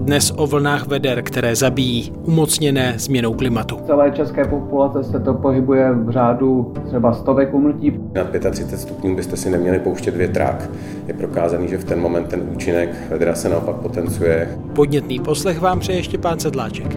dnes o vlnách veder, které zabíjí, umocněné změnou klimatu. V celé české populace se to pohybuje v řádu třeba stovek úmrtí. Na 35 stupňů byste si neměli pouštět větrák. Je prokázaný, že v ten moment ten účinek vedra se naopak potenciuje. Podnětný poslech vám přeje Štěpán Sedláček.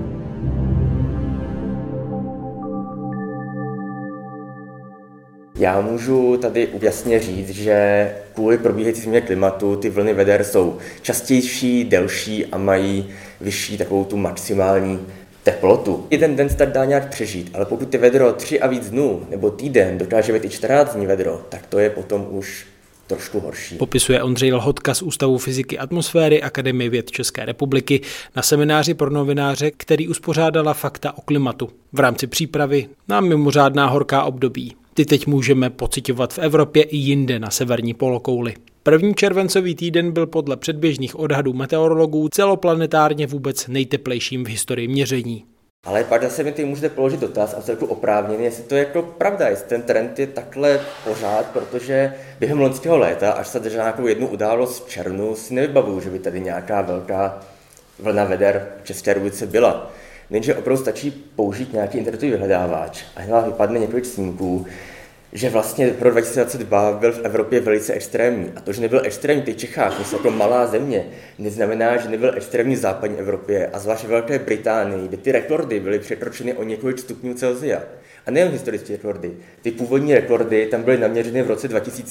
Já můžu tady jasně říct, že kvůli probíhající změně klimatu ty vlny veder jsou častější, delší a mají vyšší takovou tu maximální teplotu. Jeden den se tak dá nějak přežít, ale pokud ty vedro 3 a víc dnů nebo týden dokáže být i 14 dní vedro, tak to je potom už trošku horší. Popisuje Ondřej Lhotka z Ústavu fyziky atmosféry Akademie věd České republiky na semináři pro novináře, který uspořádala Fakta o klimatu v rámci přípravy na mimořádná horká období. Ty teď můžeme pociťovat v Evropě i jinde na severní polokouli. První červencový týden byl podle předběžných odhadů meteorologů celoplanetárně vůbec nejteplejším v historii měření. Ale pak zase mi ty můžete položit dotaz a celku oprávněný, jestli to je jako pravda, jestli ten trend je takhle pořád, protože během loňského léta, až se držela nějakou jednu událost v červnu, si nevybavuju, že by tady nějaká velká vlna veder v České republice byla. Jenže opravdu stačí použít nějaký internetový vyhledávač a hned vypadne několik snímků, že vlastně pro 2022 byl v Evropě velice extrémní. A to, že nebyl extrémní v těch Čechách, my jsme jako malá země, neznamená, že nebyl extrémní v západní Evropě a zvláště v Velké Británii, kde ty rekordy byly překročeny o několik stupňů Celsia. A nejen historické rekordy, ty původní rekordy tam byly naměřeny v roce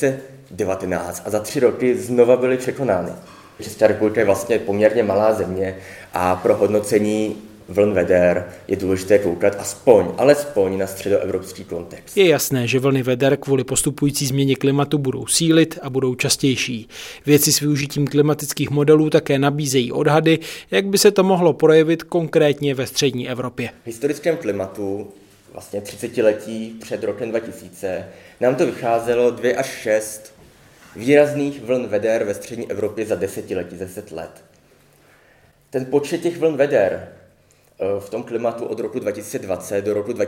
2019 a za 3 roky znova byly překonány. Česká republika je vlastně poměrně malá země a pro hodnocení vln veder je důležité koukat alespoň na středoevropský kontext. Je jasné, že vlny veder kvůli postupující změně klimatu budou sílit a budou častější. Vědci s využitím klimatických modelů také nabízejí odhady, jak by se to mohlo projevit konkrétně ve střední Evropě. V historickém klimatu, vlastně 30letí před rokem 2000, nám to vycházelo 2 až 6 výrazných vln veder ve střední Evropě za 10 let. Ten počet těch vln veder v tom klimatu od roku 2020 do roku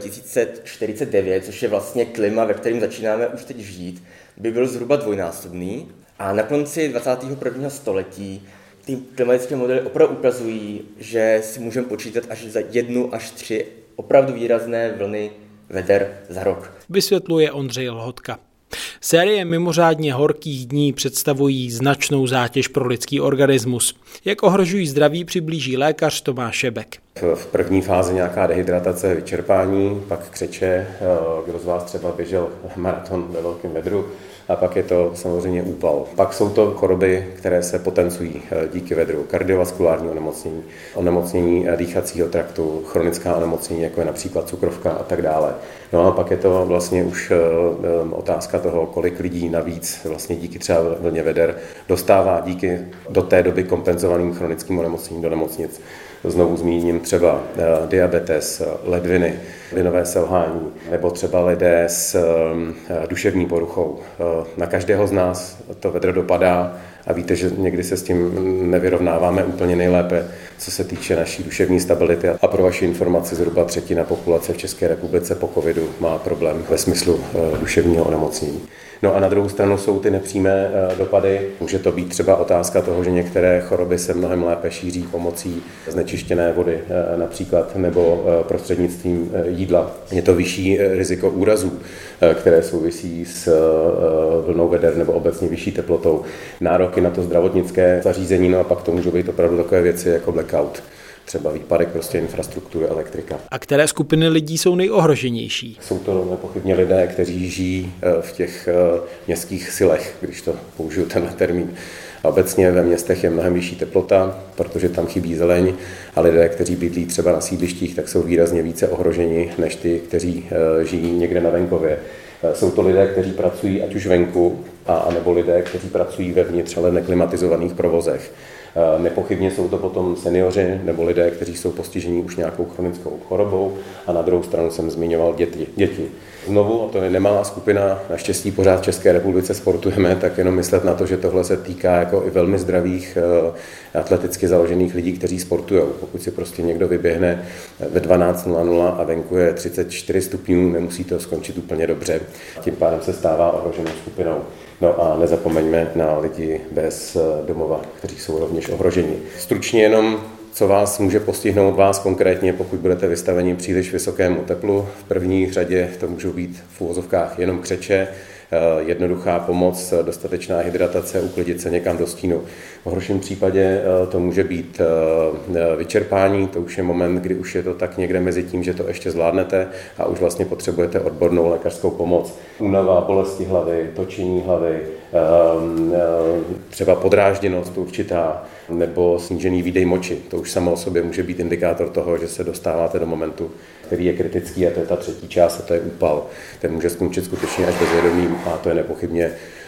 2049, což je vlastně klima, ve kterém začínáme už teď žít, by byl zhruba dvojnásobný. A na konci 21. století ty klimatické modely opravdu ukazují, že si můžeme počítat až za 1 až 3 opravdu výrazné vlny veder za rok. Vysvětluje Ondřej Lhotka. Série mimořádně horkých dní představují značnou zátěž pro lidský organismus. Jak ohrožují zdraví, přiblíží lékař Tomáš Šebek. V první fázi nějaká dehydratace, vyčerpání, pak křeče, kdo z vás třeba běžel maraton ve velkém vedru, a pak je to samozřejmě úpal. Pak jsou to choroby, které se potencují díky vedru, kardiovaskulární onemocnění, onemocnění dýchacího traktu, chronická onemocnění, jako je například cukrovka a tak dále. No a pak je to vlastně už otázka toho, kolik lidí navíc vlastně díky třeba vlně veder dostává díky do té doby kompenzovaným chronickým onemocněním do nemocnic. Znovu zmíním třeba diabetes, ledviny, vinové selhání nebo třeba lidé s duševní poruchou. Na každého z nás to vedro dopadá a víte, že někdy se s tím nevyrovnáváme úplně nejlépe, co se týče naší duševní stability. A pro vaši informaci zhruba 1/3 populace v České republice po covidu má problém ve smyslu duševního onemocnění. No a na druhou stranu jsou ty nepřímé dopady. Může to být třeba otázka toho, že některé choroby se mnohem lépe šíří pomocí znečištěné vody například nebo prostřednictvím jídla. Je to vyšší riziko úrazů, které souvisí s vlnou veder nebo obecně vyšší teplotou. Nároky na to zdravotnické zařízení, no a pak to můžou být opravdu takové věci jako blackout. Třeba výpadek prostě infrastruktury, elektrika. A které skupiny lidí jsou nejohroženější? Jsou to nepochybně lidé, kteří žijí v těch městských silech, když to použiju tenhle termín. A obecně ve městech je mnohem vyšší teplota, protože tam chybí zeleň a lidé, kteří bydlí třeba na sídlištích, tak jsou výrazně více ohroženi než ty, kteří žijí někde na venkově. Jsou to lidé, kteří pracují ať už venku, anebo lidé, kteří pracují vevnitř, ale neklimatizovaných provozech. Nepochybně jsou to potom seniori nebo lidé, kteří jsou postiženi už nějakou chronickou chorobou a na druhou stranu jsem zmiňoval děti. Znovu, a to je nemalá skupina, naštěstí pořád v České republice sportujeme, tak jenom myslet na to, že tohle se týká jako i velmi zdravých, atleticky založených lidí, kteří sportují. Pokud si prostě někdo vyběhne ve 12:00 a venku je 34 stupňů, nemusí to skončit úplně dobře. Tím pádem se stává ohroženou skupinou. No a nezapomeňme na lidi bez domova, kteří jsou rovněž ohroženi. Stručně jenom co vás může postihnout vás konkrétně, pokud budete vystaveni příliš vysokému teplu. V první řadě to můžou být v uvozovkách jenom křeče, jednoduchá pomoc, dostatečná hydratace, uklidit se někam do stínu. V horším případě to může být vyčerpání, to už je moment, kdy už je to tak někde mezi tím, že to ještě zvládnete a už vlastně potřebujete odbornou lékařskou pomoc. Únava, bolesti hlavy, točení hlavy, třeba podrážděnost určitá, nebo snížený výdej moči. To už samo o sobě může být indikátor toho, že se dostáváte do momentu, který je kritický, a to je ta třetí část, a to je úpal. Ten může skončit skutečně až bezvědomím a to je nepochybně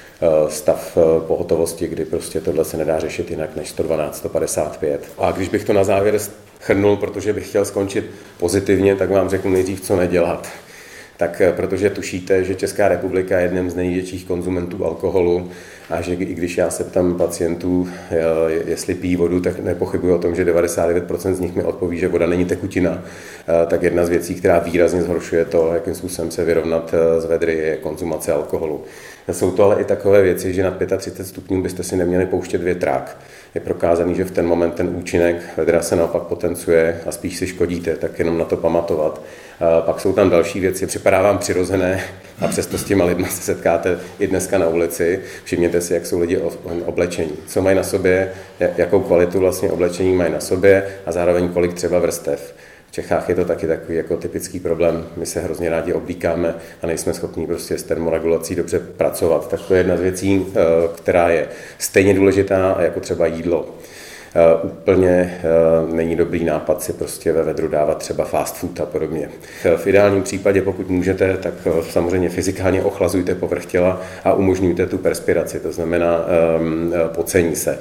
stav pohotovosti, kdy prostě tohle se nedá řešit jinak než 112, 155. A když bych to na závěr shrnul, protože bych chtěl skončit pozitivně, tak vám řeknu nejdřív, co nedělat. Tak protože tušíte, že Česká republika je jedním z největších konzumentů alkoholu a že i když já se ptám pacientů, jestli pijí vodu, tak nepochybuji o tom, že 99% z nich mi odpoví, že voda není tekutina. Tak jedna z věcí, která výrazně zhoršuje to, jakým způsobem se vyrovnat s vedry, je konzumace alkoholu. Jsou to ale i takové věci, že nad 35 stupňů byste si neměli pouštět větrák. Je prokázaný, že v ten moment ten účinek vedra se naopak potenciuje a spíš si škodíte, tak jenom na to pamatovat. Pak jsou tam další věci, připadá vám přirozené a přesto s těma lidma se setkáte i dneska na ulici. Všimněte si, jak jsou lidi oblečení, co mají na sobě, jakou kvalitu vlastně oblečení mají na sobě a zároveň kolik třeba vrstev. V Čechách je to taky takový jako typický problém. My se hrozně rádi oblíkáme a nejsme schopni prostě s termoregulací dobře pracovat. Tak to je jedna z věcí, která je stejně důležitá jako třeba jídlo. Úplně není dobrý nápad si prostě ve vedru dávat třeba fast food a podobně. V ideálním případě, pokud můžete, tak samozřejmě fyzikálně ochlazujte povrch těla a umožňujte tu perspiraci, to znamená pocení se.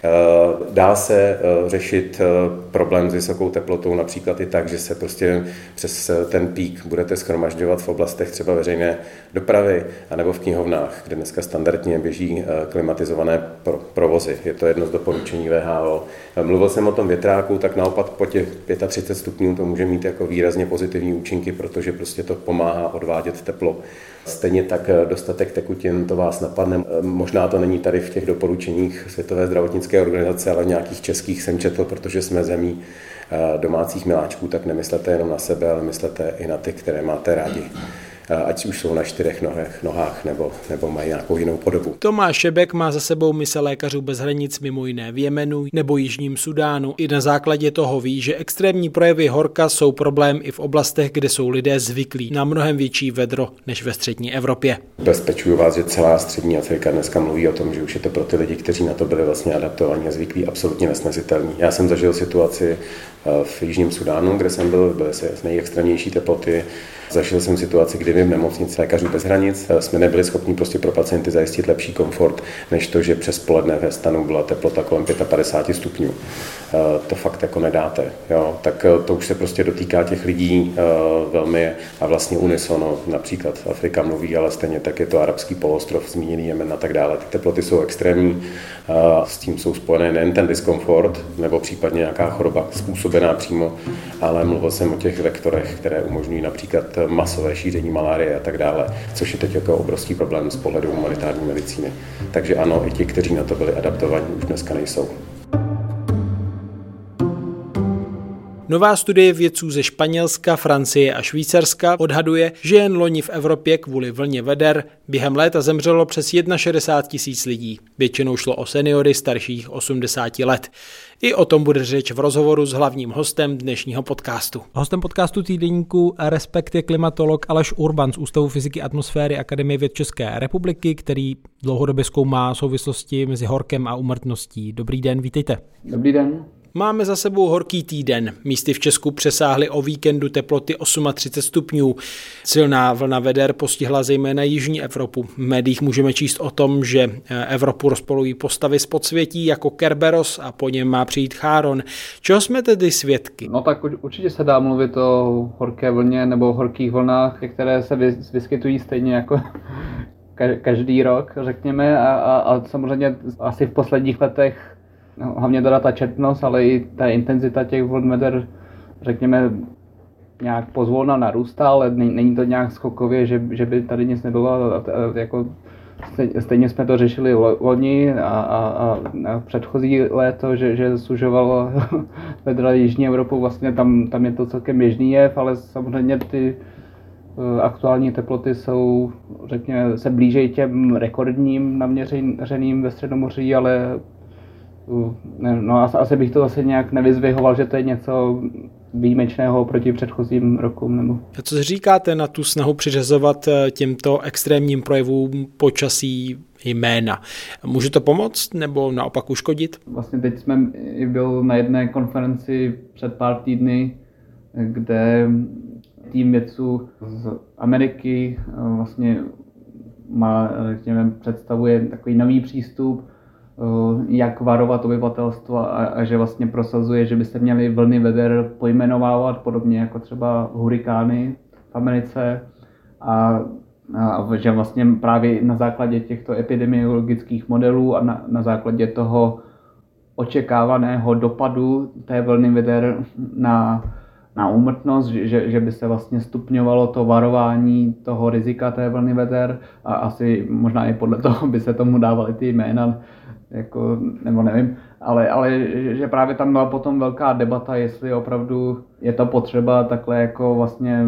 Dá se řešit problém s vysokou teplotou například i tak, že se prostě přes ten pík budete shromažďovat v oblastech třeba veřejné dopravy anebo v knihovnách, kde dneska standardně běží klimatizované provozy. Je to jedno z doporučení WHO. Mluvil jsem o tom větráku, tak naopak po těch 35 stupňů to může mít jako výrazně pozitivní účinky, protože prostě to pomáhá odvádět teplo. Stejně tak dostatek tekutin, to vás napadne. Možná to není tady v těch doporučeních Světové zdravotnické organizace, ale v nějakých českých jsem četl, protože jsme zemí domácích miláčků, tak nemyslete jenom na sebe, ale myslete i na ty, které máte rádi. Ať už jsou na 4 nohách nebo mají nějakou jinou podobu. Tomáš Šebek má za sebou mise Lékařů bez hranic mimo jiné v Jemenu nebo Jižním Sudánu. I na základě toho ví, že extrémní projevy horka jsou problém i v oblastech, kde jsou lidé zvyklí na mnohem větší vedro než ve střední Evropě. Bezpečuju vás, že celá střední Afrika dneska mluví o tom, že už je to pro ty lidi, kteří na to byli vlastně adaptovaní a zvyklí, absolutně nesnesitelní. Já jsem zažil situaci v Jižním Sudánu, kde jsem byly se nejextrémnější teploty. Zažil jsem situaci, kdy v nemocnici Lékařů bez hranic jsme nebyli schopni prostě pro pacienty zajistit lepší komfort, než to, že přes poledne ve stanu byla teplota kolem 55 stupňů. To fakt jako nedáte. Jo? Tak to už se prostě dotýká těch lidí velmi a vlastně unisono. Například Afrika mluví, ale stejně tak je to arabský poloostrov, zmíněný Jemen a tak dále. Ty teploty jsou extrémní, s tím jsou spojené nejen ten diskomfort, nebo případně nějaká choroba způsobená přímo, ale mluvil jsem o těch vektorech, které umožňují například masové šíření malárie a tak dále, což je teď jako obrovský problém z pohledu humanitární medicíny. Takže ano, i ti, kteří na to byli adaptovaní, už dneska nejsou. Nová studie vědců ze Španělska, Francie a Švýcarska odhaduje, že jen loni v Evropě kvůli vlně veder během léta zemřelo přes 61 000 lidí. Většinou šlo o seniory starších 80 let. I o tom bude řeč v rozhovoru s hlavním hostem dnešního podcastu. Hostem podcastu týdeníku Respekt je klimatolog Aleš Urban z Ústavu fyziky atmosféry Akademie věd České republiky, který dlouhodobě zkoumá souvislosti mezi horkem a úmrtností. Dobrý den, vítejte. Dobrý den. Máme za sebou horký týden. Místy v Česku přesáhly o víkendu teploty 38 stupňů. Silná vlna veder postihla zejména jižní Evropu. V médiích můžeme číst o tom, že Evropu rozpolují postavy z podsvětí jako Kerberos a po něm má přijít Cháron. Čeho jsme tedy svědky? No tak určitě se dá mluvit o horké vlně nebo horkých vlnách, které se vyskytují stejně jako každý rok, řekněme. A samozřejmě asi v posledních letech hlavně teda ta četnost, ale i ta intenzita těch vln veder, řekněme, nějak pozvolna narůstá, ale není to nějak skokově, že by tady nic nebylo. Jako stejně jsme to řešili loni a předchozí léto, že sužovalo vedra Jižní Evropu, vlastně tam je to celkem běžný jev, ale samozřejmě ty aktuální teploty jsou, řekněme, se blíží těm rekordním naměřeným ve Středomoří, ale asi bych to zase nějak nevyzvihoval, že to je něco výjimečného proti předchozím rokům. Nebo... A co si říkáte na tu snahu přiřazovat těmto extrémním projevům počasí jména? Může to pomoct nebo naopak uškodit? Vlastně teď jsme byl na jedné konferenci před pár týdny, kde tým vědců z Ameriky vlastně představuje takový nový přístup, jak varovat obyvatelstvo a že vlastně prosazuje, že by se měly vlny veder pojmenovávat, podobně jako třeba hurikány v Americe a že vlastně právě na základě těchto epidemiologických modelů a na základě toho očekávaného dopadu té vlny veder na úmrtnost, že by se vlastně stupňovalo to varování toho rizika té vlny veder a asi možná i podle toho by se tomu dávaly ty jména, jako, nebo nevím, ale že právě tam byla potom velká debata, jestli opravdu je to potřeba takhle jako vlastně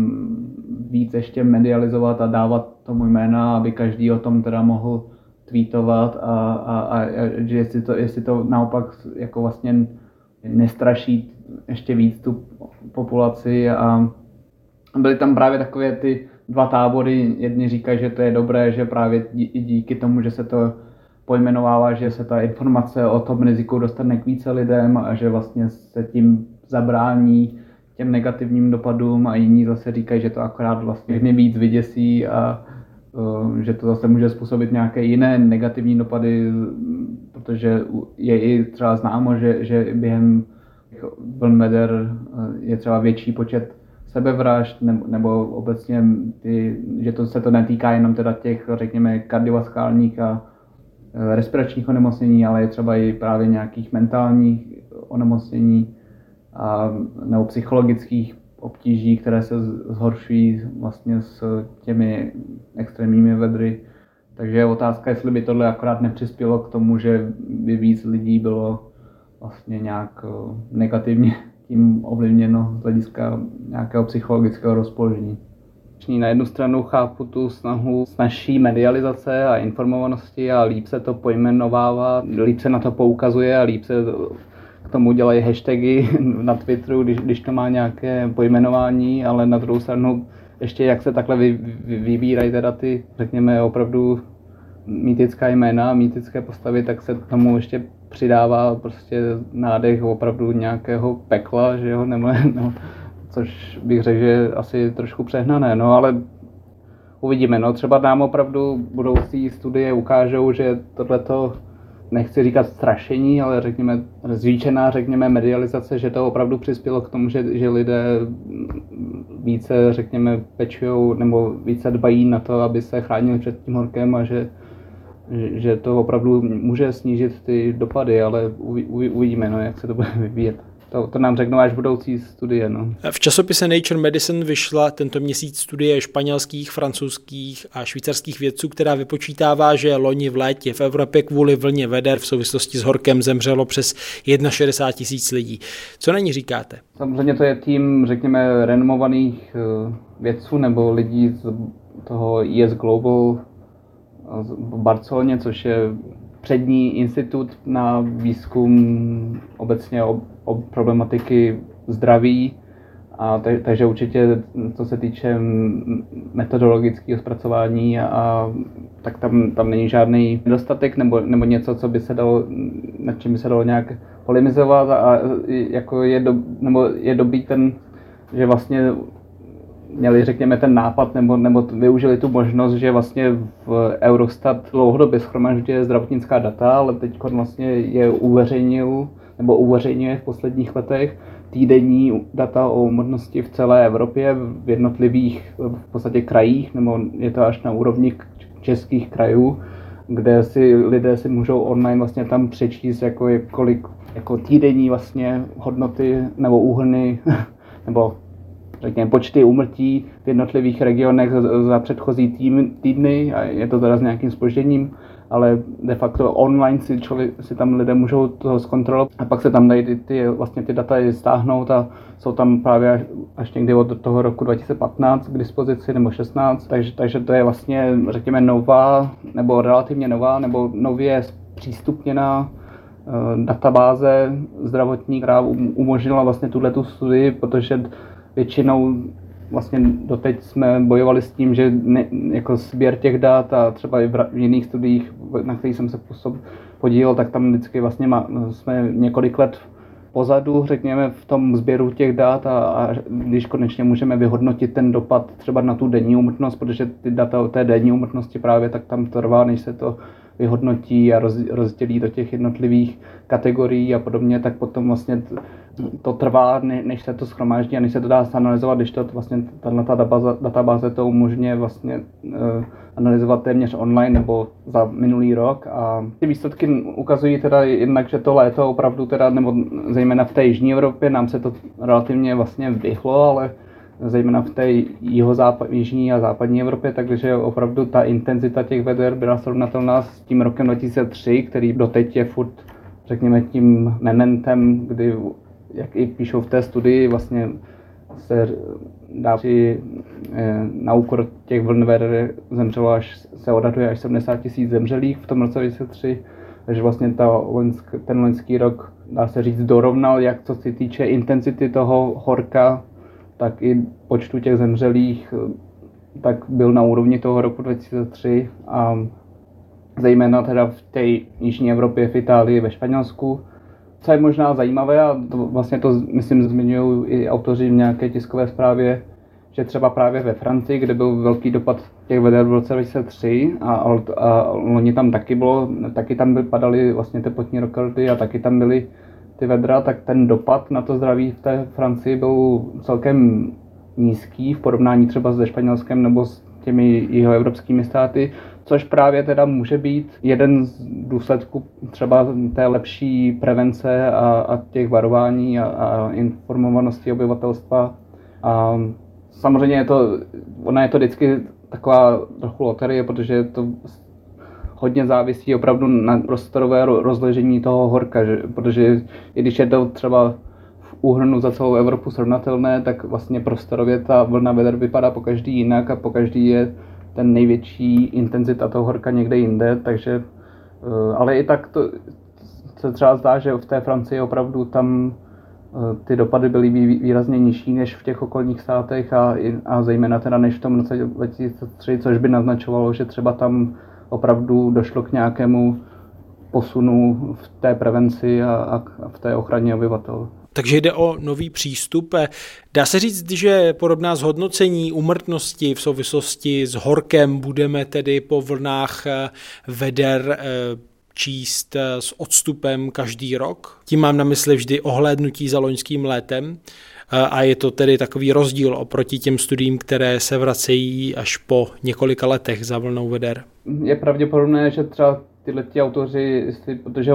víc ještě medializovat a dávat tomu jména, aby každý o tom teda mohl tweetovat a že jestli to naopak jako vlastně nestraší ještě víc tu populaci a byly tam právě takové ty dva tábory, jedni říkají, že to je dobré, že právě díky tomu, že se to pojmenovává, že se ta informace o tom riziku dostane k více lidem a že vlastně se tím zabrání těm negativním dopadům a jiní zase říkají, že to akorát vlastně víc vyděsí a že to zase může způsobit nějaké jiné negativní dopady, protože je i třeba známo, že během vln veder je třeba větší počet sebevražd nebo obecně, že se to netýká jenom teda těch, řekněme, kardiovaskulárních a respiračních onemocnění, ale je třeba i právě nějakých mentálních onemocnění nebo psychologických obtíží, které se zhoršují vlastně s těmi extrémními vedry. Takže je otázka, jestli by tohle akorát nepřispělo k tomu, že by víc lidí bylo vlastně nějak negativně tím ovlivněno z hlediska nějakého psychologického rozpoložení. Na jednu stranu chápu tu snahu snažší medializace a informovanosti a líp se to pojmenovává, líp se na to poukazuje a líp se k tomu dělají hashtagy na Twitteru, když to má nějaké pojmenování, ale na druhou stranu ještě jak se takhle vybírají teda ty, řekněme, opravdu mýtická jména, mýtické postavy, tak se k tomu ještě přidává prostě nádech opravdu nějakého pekla, že jo, nebo což bych řekl, že je asi trošku přehnané, no ale uvidíme, no třeba nám opravdu budoucí studie ukážou, že tohleto, nechci říkat strašení, ale řekněme zvýšená, řekněme, medializace, že to opravdu přispělo k tomu, že lidé více, řekněme, pečujou nebo více dbají na to, aby se chránili před tím horkem a že to opravdu může snížit ty dopady, ale uvidíme, no, jak se to bude vyvíjet. To nám řeknou až budoucí studie. No. V časopise Nature Medicine vyšla tento měsíc studie španělských, francouzských a švýcarských vědců, která vypočítává, že loni v létě v Evropě kvůli vlně veder v souvislosti s horkem zemřelo přes 61 000 lidí. Co na ní říkáte? Samozřejmě to je tým, řekněme, renomovaných vědců nebo lidí z toho IS Global v Barceloně, což je přední institut na výzkum obecně o problematiky zdraví. Takže určitě, co se týče metodologického zpracování, tak tam není žádný nedostatek nebo něco, co by se dalo, nad čím by se dalo nějak polemizovat. A jako je dobrý že vlastně měli, řekněme, ten nápad nebo využili tu možnost, že vlastně v Eurostat dlouhodobě shromažďuje zdravotnická data, ale teď vlastně je uveřejňuje v posledních letech týdenní data o úmrtnosti v celé Evropě v jednotlivých v podstatě krajích, nebo je to až na úrovni českých krajů, kde lidé si můžou online vlastně tam přečíst kolik týdenní vlastně hodnoty nebo úhrny nebo řekněme, počty úmrtí v jednotlivých regionech za předchozí týdny a je to teda s nějakým zpožděním, ale de facto online si tam lidé můžou to zkontrolovat a pak se tam dají ty data stáhnout a jsou tam právě až někdy od toho roku 2015 k dispozici nebo 16, takže to je vlastně, řekněme, nová nebo relativně nová nebo nově zpřístupněná databáze zdravotní, která umožnila vlastně tuhletu studii, protože většinou vlastně doteď jsme bojovali s tím, že jako sběr těch dat a třeba i v jiných studiích, na kterých jsem se podílel, tak tam vždycky vlastně jsme několik let pozadu, řekněme, v tom sběru těch dat a když konečně můžeme vyhodnotit ten dopad třeba na tu denní úmrtnost, protože ty data o té denní úmrtnosti právě tak tam trvá, než se to vyhodnotí a rozdělí do těch jednotlivých kategorií a podobně, tak potom vlastně to trvá, než se to shromáždí a než se to dá analyzovat, když to vlastně tato databáze to umožňuje vlastně analyzovat téměř online nebo za minulý rok a ty výsledky ukazují teda jednak, že to léto opravdu teda, nebo zejména v té jižní Evropě nám se to relativně vlastně vyhlo, ale zejména v té jižní a západní Evropě, takže opravdu ta intenzita těch veder byla srovnatelná s tím rokem 2003, který doteď je furt, řekněme, tím mementem, kdy, jak i píšou v té studii, vlastně se dá na úkor těch vln veder zemřelo se odhaduje až 70 000 zemřelých v tom roce 2003, takže vlastně ten loňský rok, dá se říct, dorovnal, jak co se týče intenzity toho horka, tak i počtu těch zemřelých, tak byl na úrovni toho roku 2003 a zejména teda v té jižní Evropě, v Itálii, ve Španělsku. Co je možná zajímavé, a vlastně to, myslím, zmiňují i autoři v nějaké tiskové zprávě, že třeba právě ve Francii, kde byl velký dopad těch veder v roce 2003 a loni tam taky tam padaly vlastně teplotní rekordy a taky tam byly ty vedra, tak ten dopad na to zdraví v té Francii byl celkem nízký v porovnání třeba se Španělskem nebo s těmi jihoevropskými státy, což právě teda může být jeden z důsledků třeba té lepší prevence a těch varování a informovanosti obyvatelstva. A samozřejmě ona je to vždycky taková trochu loterie, protože to hodně závisí opravdu na prostorové rozložení toho horka, protože i když je to třeba v úhrnu za celou Evropu srovnatelné, tak vlastně prostorově ta vlna veder vypadá pokaždý jinak a pokaždý je ten největší intenzita toho horka někde jinde, takže, ale i tak to se třeba zdá, že v té Francii opravdu tam ty dopady byly výrazně nižší než v těch okolních státech a zejména teda než v tom roce 2003, což by naznačovalo, že třeba tam opravdu došlo k nějakému posunu v té prevenci a v té ochraně obyvatel. Takže jde o nový přístup. Dá se říct, že podobná zhodnocení úmrtnosti v souvislosti s horkem budeme tedy po vlnách veder číst s odstupem každý rok? Tím mám na mysli vždy ohlédnutí za loňským létem a je to tedy takový rozdíl oproti těm studiím, které se vracejí až po několika letech za vlnou veder. Je pravděpodobné, že třeba tyhle autoři, protože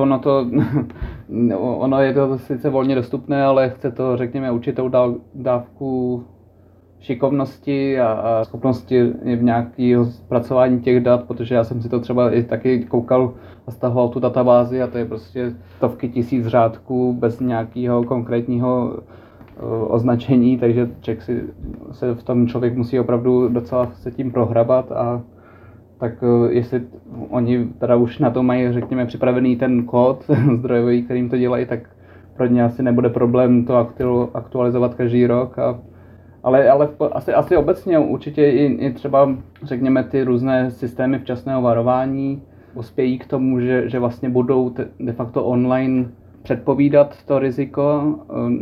ono je to sice volně dostupné, ale chce to, řekněme, určitou dávku šikovnosti a schopnosti v nějakého zpracování těch dat, protože já jsem si to třeba i taky koukal a stahoval tu databázi a to je prostě stovky tisíc řádků bez nějakého konkrétního označení, takže se v tom člověk musí opravdu docela se tím prohrabat a tak jestli oni teda už na to mají, řekněme, připravený ten kód zdrojový, kterým to dělají, tak pro ně asi nebude problém to aktualizovat každý rok. Ale asi obecně určitě i třeba, řekněme, ty různé systémy včasného varování uspějí k tomu, že vlastně budou de facto online předpovídat to riziko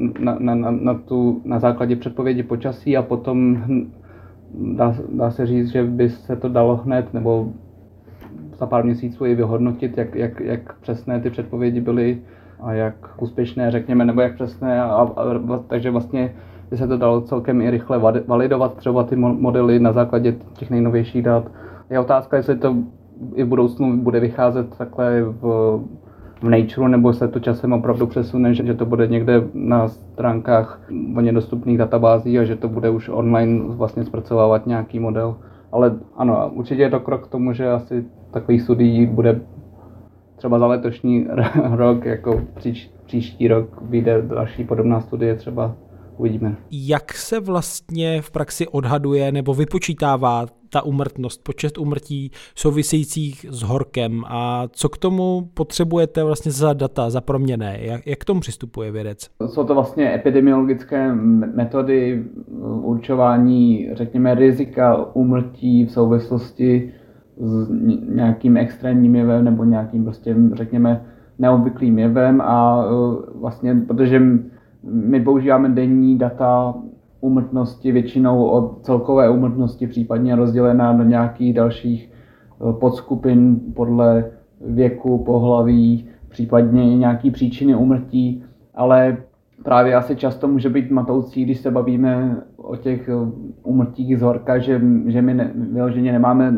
na základě předpovědi počasí a potom dá se říct, že by se to dalo hned nebo za pár měsíců i vyhodnotit, jak přesné ty předpovědi byly a jak úspěšné, řekněme, nebo jak přesné. Takže vlastně by se to dalo celkem i rychle validovat třeba ty modely na základě těch nejnovějších dat. Je otázka, jestli to i v budoucnu bude vycházet takhle v Nature, nebo se to časem opravdu přesune, že to bude někde na stránkách volně dostupných databází a že to bude už online vlastně zpracovávat nějaký model. Ale ano, určitě je to krok k tomu, že asi takových studií bude třeba za letošní rok, jako příští rok vyjde další podobná studie, třeba uvidíme. Jak se vlastně v praxi odhaduje nebo vypočítává ta úmrtnost, počet úmrtí souvisejících s horkem a co k tomu potřebujete vlastně za data, za proměnné? Jak k tomu přistupuje vědec? Jsou to vlastně epidemiologické metody určování, řekněme, rizika úmrtí v souvislosti s nějakým extrémním jevem nebo nějakým prostě, řekněme, neobvyklým jevem a vlastně, protože my používáme denní data úmrtnosti většinou od celkové úmrtnosti, případně rozdělená do nějakých dalších podskupin podle věku, pohlaví, případně nějaký příčiny úmrtí, ale právě asi často může být matoucí, když se bavíme o těch úmrtích z horka, že my vyloženě nemáme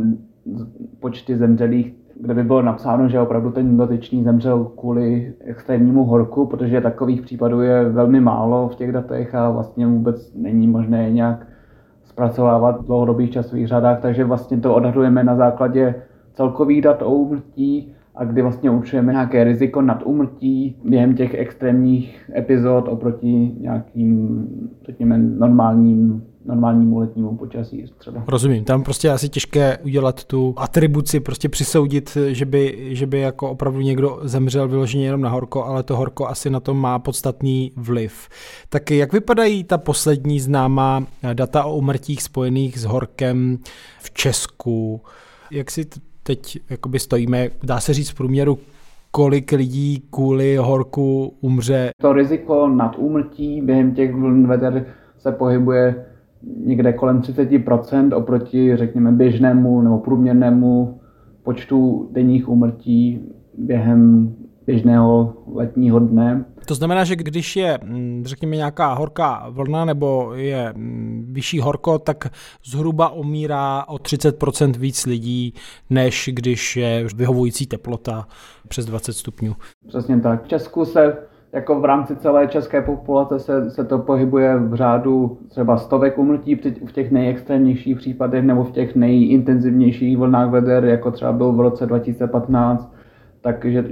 počty zemřelých, kde by bylo napsáno, že opravdu ten dotyčný zemřel kvůli extrémnímu horku, protože takových případů je velmi málo v těch datech a vlastně vůbec není možné je nějak zpracovávat v dlouhodobých časových řadách, takže vlastně to odhadujeme na základě celkových dat o úmrtí a kdy vlastně určujeme nějaké riziko nad úmrtí během těch extrémních epizod oproti nějakým, řekněme, normálnímu letnímu počasí třeba. Rozumím, tam prostě asi těžké udělat tu atribuci, prostě přisoudit, že by jako opravdu někdo zemřel vyloženě jenom na horko, ale to horko asi na to má podstatný vliv. Tak jak vypadají ta poslední známá data o úmrtích spojených s horkem v Česku? Jak si teď jakoby stojíme, dá se říct v průměru, kolik lidí kvůli horku umře? To riziko nad úmrtí během těch vln veder se pohybuje někde kolem 30% oproti, řekněme, běžnému nebo průměrnému počtu denních úmrtí během běžného letního dne. To znamená, že když je, řekněme, nějaká horká vlna nebo je vyšší horko, tak zhruba umírá o 30% víc lidí, než když je vyhovující teplota přes 20 stupňů. Přesně tak. V Česku se jako v rámci celé české populace se to pohybuje v řádu třeba stovek úmrtí v těch nejextrémnějších případech nebo v těch nejintenzivnějších vlnách veder, jako třeba byl v roce 2015, takže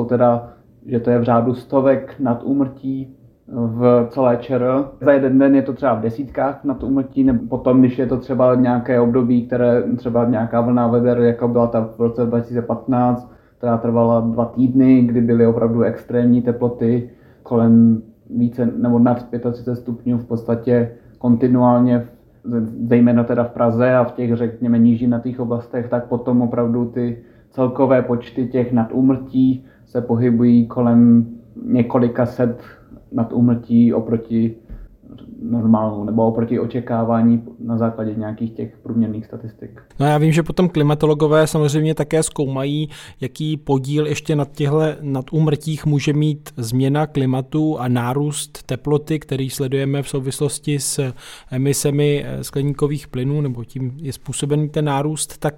že to je v řádu stovek nad úmrtí v celé ČR. Za jeden den je to třeba v desítkách nad úmrtí, nebo potom, když je to třeba nějaké období, které třeba nějaká vlna veder, jako byla ta v roce 2015, která trvala 2 týdny, kdy byly opravdu extrémní teploty kolem více nebo nad 35 stupňů v podstatě kontinuálně, zejména teda v Praze a v těch, řekněme, nížinatých oblastech, tak potom opravdu ty celkové počty těch nadúmrtí se pohybují kolem několika set nadúmrtí oproti normálu nebo oproti očekávání na základě nějakých těch průměrných statistik. No já vím, že potom klimatologové samozřejmě také zkoumají, jaký podíl ještě na těchto nadúmrtích může mít změna klimatu a nárůst teploty, který sledujeme v souvislosti s emisemi skleníkových plynů, nebo tím je způsobený ten nárůst, tak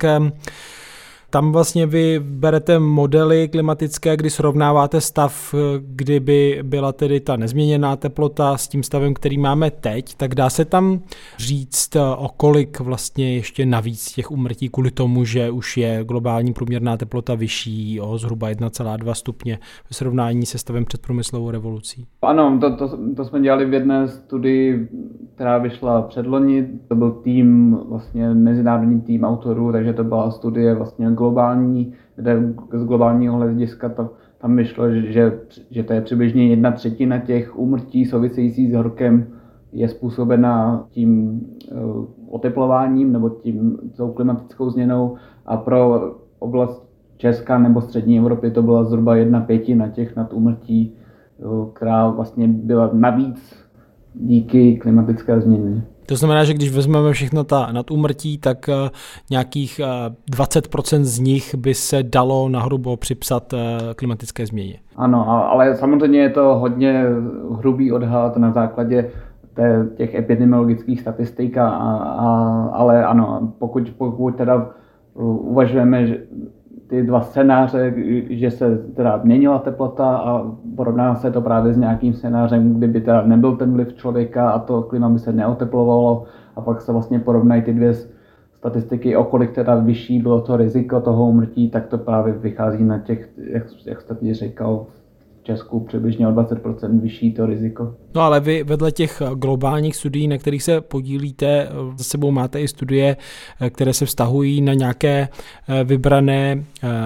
tam vlastně vy berete modely klimatické, kdy srovnáváte stav, kdyby byla tedy ta nezměněná teplota s tím stavem, který máme teď, tak dá se tam říct, o kolik vlastně ještě navíc těch úmrtí kvůli tomu, že už je globální průměrná teplota vyšší o zhruba 1,2 stupně ve srovnání se stavem před průmyslovou revolucí. Ano, to jsme dělali v jedné studii, která vyšla předloni. To byl tým, vlastně mezinárodní tým autorů, takže to byla studie vlastně globální, kde z globálního hlediska tam vyšlo, že to je přibližně 1/3 těch úmrtí související s horkem je způsobena tím oteplováním nebo tou klimatickou změnou a pro oblast Česka nebo střední Evropy to byla zhruba 1/5 těch nadúmrtí, která vlastně byla navíc díky klimatické změně. To znamená, že když vezmeme všechno ta nadúmrtí, tak nějakých 20% z nich by se dalo nahrubo připsat klimatické změně. Ano, ale samozřejmě je to hodně hrubý odhad na základě těch epidemiologických statistik, ale ano, pokud teda uvažujeme ty dva scénáře, že se teda měnila teplota a porovná se to právě s nějakým scénářem, kdyby teda nebyl ten vliv člověka a to klima by se neoteplovalo a pak se vlastně porovnají ty dvě statistiky, o kolik teda vyšší bylo to riziko toho úmrtí, tak to právě vychází na těch, jak jste teď říkal, v Česku přibližně o 20% vyšší to riziko. No ale vy vedle těch globálních studií, na kterých se podílíte, za sebou máte i studie, které se vztahují na nějaké vybrané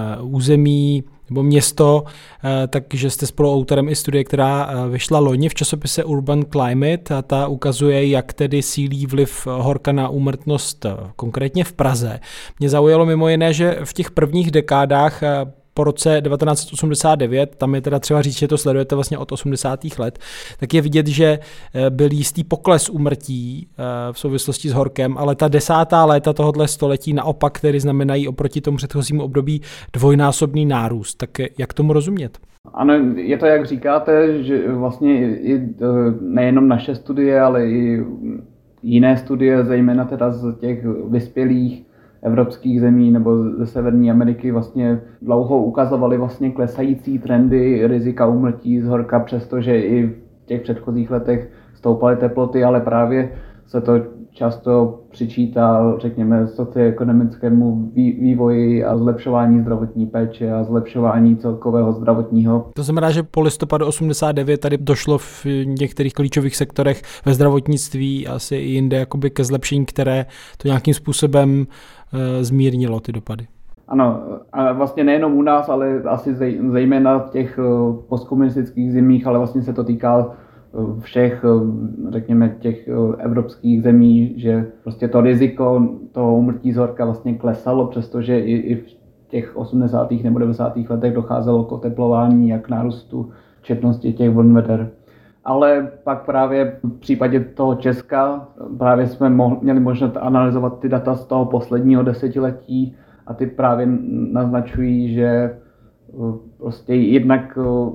území nebo město, takže jste spoluautorem i studie, která vyšla loni v časopise Urban Climate a ta ukazuje, jak tedy sílí vliv horka na úmrtnost konkrétně v Praze. Mě zaujalo mimo jiné, že v těch prvních dekádách po roce 1989, tam je teda třeba říct, že to sledujete vlastně od 80. let, tak je vidět, že byl jistý pokles úmrtí v souvislosti s horkem, ale ta 10. léta tohoto století naopak tedy znamenají oproti tomu předchozímu období dvojnásobný nárůst. Tak jak tomu rozumět? Ano, je to, jak říkáte, že vlastně i nejenom naše studie, ale i jiné studie, zejména teda z těch vyspělých evropských zemí nebo ze Severní Ameriky vlastně dlouho ukazovaly vlastně klesající trendy rizika úmrtí z horka, přestože i v těch předchozích letech stoupaly teploty, ale právě se to často přičítá, řekněme, socioekonomickému vývoji a zlepšování zdravotní péče a zlepšování celkového zdravotního. To znamená, že po listopadu 89 tady došlo v některých klíčových sektorech ve zdravotnictví asi i jinde jakoby ke zlepšení, které to nějakým způsobem zmírnilo ty dopady. Ano, a vlastně nejenom u nás, ale asi zejména v těch postkomunistických zemích, ale vlastně se to týká všech, řekněme, těch evropských zemí, že prostě to riziko toho úmrtí z horka vlastně klesalo, přestože i v těch 80. nebo 90. letech docházelo k oteplování a k nárůstu četnosti těch vln veder. Ale pak právě v případě toho Česka právě jsme měli možnost analyzovat ty data z toho posledního desetiletí a ty právě naznačují, že prostě jednak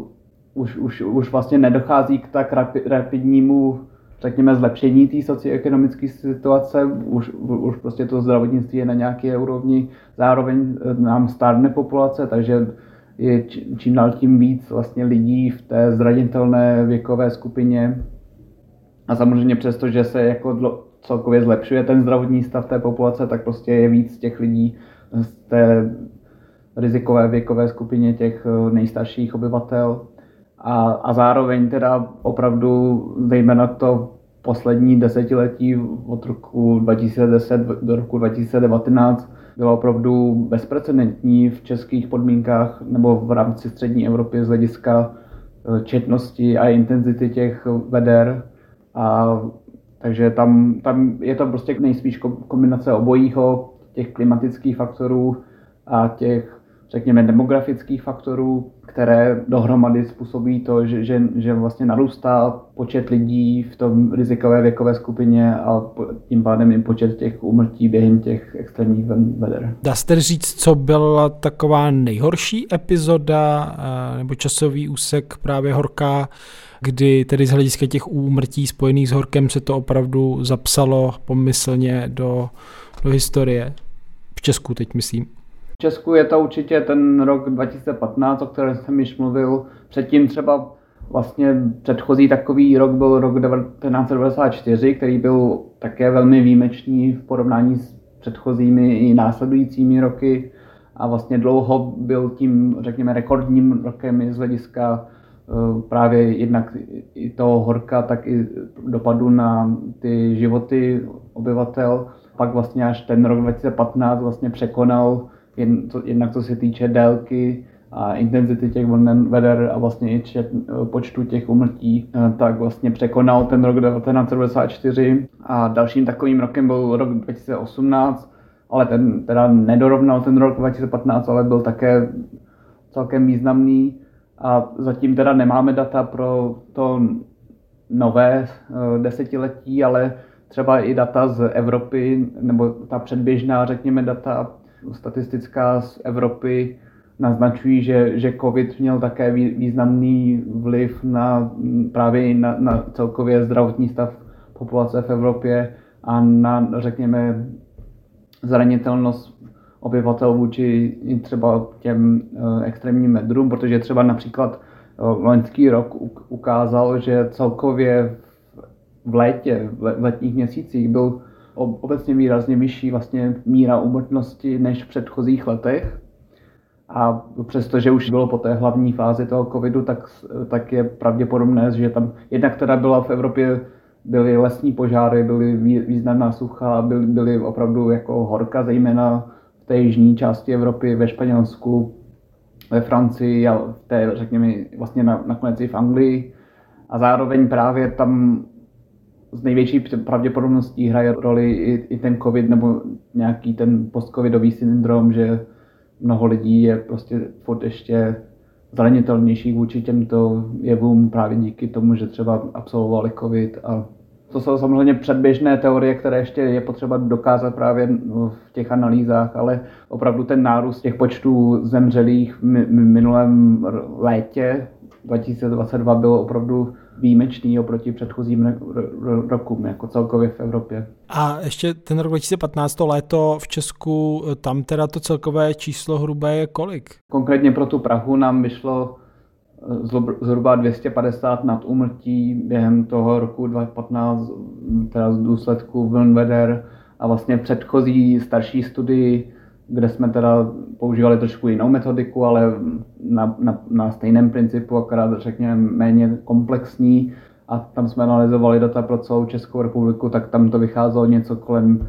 už vlastně nedochází k tak rapidnímu, řekněme, zlepšení té socioekonomické situace, už prostě to zdravotnictví je na nějaké úrovni, zároveň nám stárne populace, takže je čím dál tím víc vlastně lidí v té zranitelné věkové skupině a samozřejmě přesto, že se jako celkově zlepšuje ten zdravotní stav té populace, tak prostě je víc těch lidí z té rizikové věkové skupině těch nejstarších obyvatel. A zároveň teda opravdu zejména to poslední desetiletí od roku 2010 do roku 2019 bylo opravdu bezprecedentní v českých podmínkách nebo v rámci střední Evropy z hlediska četnosti a intenzity těch veder. A takže tam je to prostě nejspíš kombinace obojího, těch klimatických faktorů a těch, řekněme, demografických faktorů, které dohromady způsobí to, že vlastně narůstá počet lidí v tom rizikové věkové skupině a tím pádem i počet těch úmrtí během těch extrémních veder. Dá se tedy říct, co byla taková nejhorší epizoda nebo časový úsek právě horka, kdy tedy z hlediska těch úmrtí spojených s horkem se to opravdu zapsalo pomyslně do historie? V Česku teď myslím. V Česku je to určitě ten rok 2015, o kterém jsem již mluvil. Předtím třeba vlastně předchozí takový rok byl rok 1994, který byl také velmi výjimečný v porovnání s předchozími i následujícími roky a vlastně dlouho byl tím, řekněme, rekordním rokem i z hlediska právě jednak i toho horka, tak i dopadu na ty životy obyvatel. Pak vlastně až ten rok 2015 vlastně překonal jednak co se týče délky a intenzity těch vln veder a vlastně i počtu těch úmrtí, tak vlastně překonal ten rok 1994 a dalším takovým rokem byl rok 2018, ale ten teda nedorovnal ten rok 2015, ale byl také celkem významný a zatím teda nemáme data pro to nové desetiletí, ale třeba i data z Evropy, nebo ta předběžná, řekněme, data statistická z Evropy naznačují, že COVID měl také významný vliv právě na celkově zdravotní stav populace v Evropě a na, řekněme, zranitelnost obyvatel vůči třeba těm extrémním vedrům, protože třeba například loňský rok ukázal, že celkově v létě, v letních měsících byl obecně výrazně vyšší vlastně míra úmrtnosti než v předchozích letech. A přestože už bylo po té hlavní fázi toho covidu, tak je pravděpodobné, že tam jednak teda byla v Evropě byly lesní požáry, byly významná sucha, byly opravdu jako horka, zejména v té jižní části Evropy, ve Španělsku, ve Francii a v té, řekněme, vlastně nakonec i v Anglii. A zároveň právě tam s největší pravděpodobností hraje roli i ten covid nebo nějaký ten postcovidový syndrom, že mnoho lidí je prostě furt ještě zranitelnějších vůči těmto jevům právě díky tomu, že třeba absolvovali covid. A to jsou samozřejmě předběžné teorie, které ještě je potřeba dokázat právě v těch analýzách, ale opravdu ten nárůst těch počtů zemřelých v minulém létě 2022 byl opravdu výjimečný oproti předchozím rokům, jako celkově v Evropě. A ještě ten rok 2015, to léto v Česku, tam teda to celkové číslo hrubé je kolik? Konkrétně pro tu Prahu nám vyšlo zhruba 250 nadúmrtí během toho roku 2015, teda z důsledku vln veder a vlastně v předchozí starší studii, kde jsme teda používali trošku jinou metodiku, ale na stejném principu, akorát řekněme méně komplexní, a tam jsme analyzovali data pro celou Českou republiku, tak tam to vycházelo něco kolem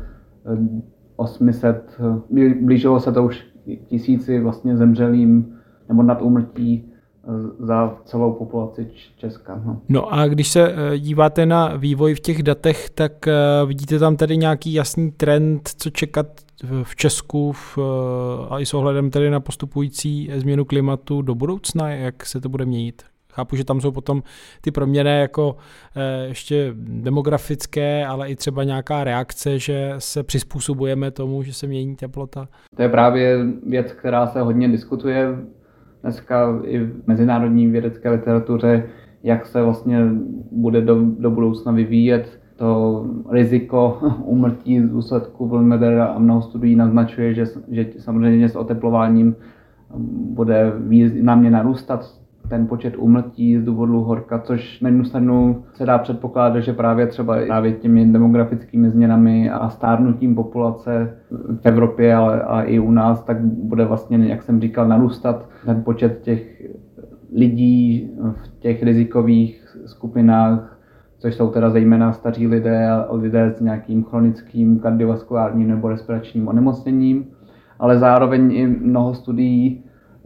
800, blížilo se to už 1000 vlastně zemřelým nebo nadúmrtí za celou populaci Česka. No a když se díváte na vývoj v těch datech, tak vidíte tam tedy nějaký jasný trend, co čekat v Česku a i s ohledem tedy na postupující změnu klimatu do budoucna, jak se to bude měnit? Chápu, že tam jsou potom ty proměny jako ještě demografické, ale i třeba nějaká reakce, že se přizpůsobujeme tomu, že se mění teplota. To je právě věc, která se hodně diskutuje dneska i v mezinárodní vědecké literatuře, jak se vlastně bude do budoucna vyvíjet to riziko úmrtí z důsledku vln veder, a mnoho studií naznačuje, že samozřejmě s oteplováním bude významně narůstat ten počet úmrtí z důvodu horka, což na jednu stranu se dá předpokládat, že právě těmi demografickými změnami a stárnutím populace v Evropě, ale a i u nás, tak bude vlastně, jak jsem říkal, narůstat ten počet těch lidí v těch rizikových skupinách, což jsou teda zejména staří lidé a lidé s nějakým chronickým kardiovaskulárním nebo respiračním onemocněním, ale zároveň i mnoho studií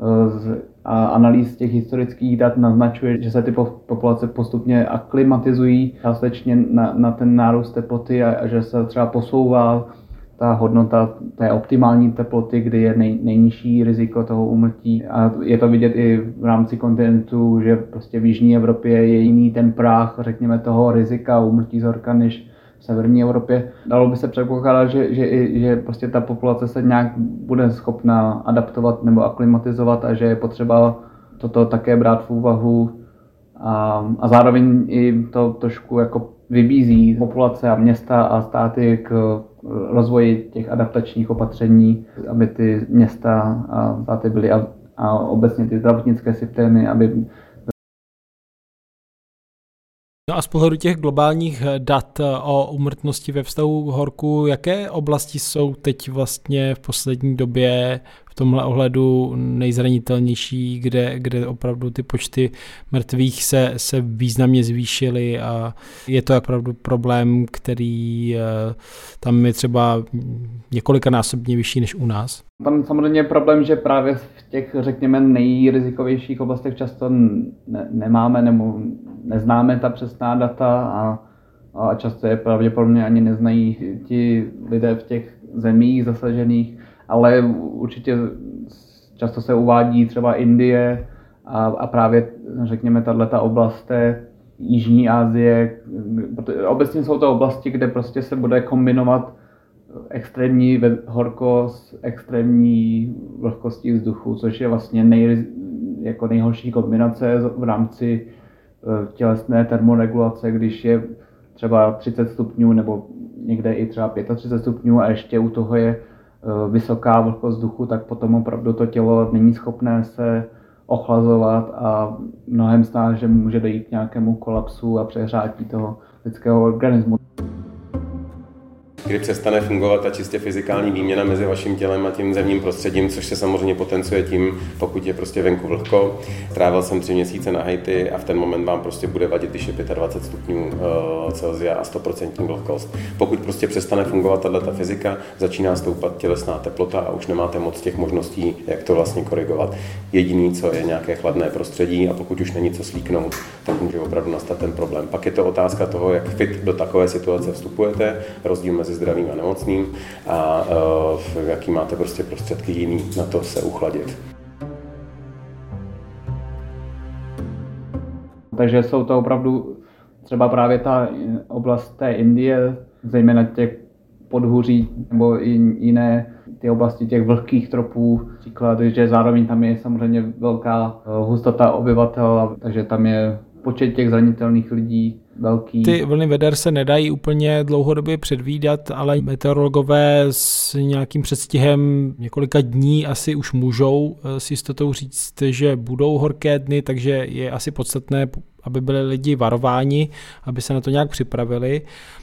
a analýz těch historických dat naznačuje, že se ty populace postupně aklimatizují částečně na ten nárůst teploty a že se třeba posouvá ta hodnota té optimální teploty, kdy je nejnižší riziko toho úmrtí. A je to vidět i v rámci kontinentu, že prostě v jižní Evropě je jiný ten práh, řekněme, toho rizika úmrtí z horka než v severní Evropě. Dalo by se předpokládat, že prostě ta populace se nějak bude schopna adaptovat nebo aklimatizovat a že je potřeba toto také brát v úvahu. A zároveň i to trošku jako vybízí populace a města a státy k rozvoji těch adaptačních opatření, aby ty města a státy byly a obecně ty zdravotnické systémy, aby. No a z pohledu těch globálních dat o úmrtnosti ve vztahu k horku, jaké oblasti jsou teď vlastně v poslední době v tomhle ohledu nejzranitelnější, kde opravdu ty počty mrtvých se významně zvýšily a je to opravdu problém, který tam je třeba několikanásobně vyšší než u nás? Tam samozřejmě je problém, že právě v těch, řekněme, nejrizikovějších oblastech často nemáme nebo neznáme ta přesná data a často je pravděpodobně ani neznají ti lidé v těch zemích zasažených, ale určitě často se uvádí třeba Indie a právě, řekněme, tato oblast té Jižní Asie. Obecně jsou to oblasti, kde prostě se bude kombinovat extrémní horkost, extrémní vlhkostí vzduchu, což je vlastně nejhorší kombinace v rámci tělesné termoregulace, když je třeba 30 stupňů nebo někde i třeba 35 stupňů a ještě u toho je vysoká vlhkost vzduchu, tak potom opravdu to tělo není schopné se ochlazovat a mnohem snáze může dojít k nějakému kolapsu a přehřátí toho lidského organismu. Kdy přestane fungovat ta čistě fyzikální výměna mezi vaším tělem a tím zevním prostředím, což se samozřejmě potenciuje tím, pokud je prostě venku vlhko. Trávil jsem 3 měsíce na Haiti a v ten moment vám prostě bude vadit, když je 25 stupňů Celsia a 100% vlhkost. Pokud prostě přestane fungovat tato fyzika, začíná stoupat tělesná teplota a už nemáte moc těch možností, jak to vlastně korigovat. Jediný, co je nějaké chladné prostředí a pokud už není co slíknout, tak může opravdu nastat ten problém. Pak je to otázka toho, jak fit do takové situace vstupujete, rozdíl mezi zdravým a nemocným a jaký máte prostě prostředky jiný na to se uchladit. Takže jsou to opravdu třeba právě ta oblast té Indie, zejména těch podhůří nebo i jiné ty oblasti těch vlhkých tropů, příklad, že zároveň tam je samozřejmě velká hustota obyvatel, takže tam je počet těch zranitelných lidí velký. Ty vlny veder se nedají úplně dlouhodobě předvídat, ale meteorologové s nějakým předstihem několika dní asi už můžou s jistotou říct, že budou horké dny, takže je asi podstatné, aby byli lidi varováni, aby se na to nějak připravili.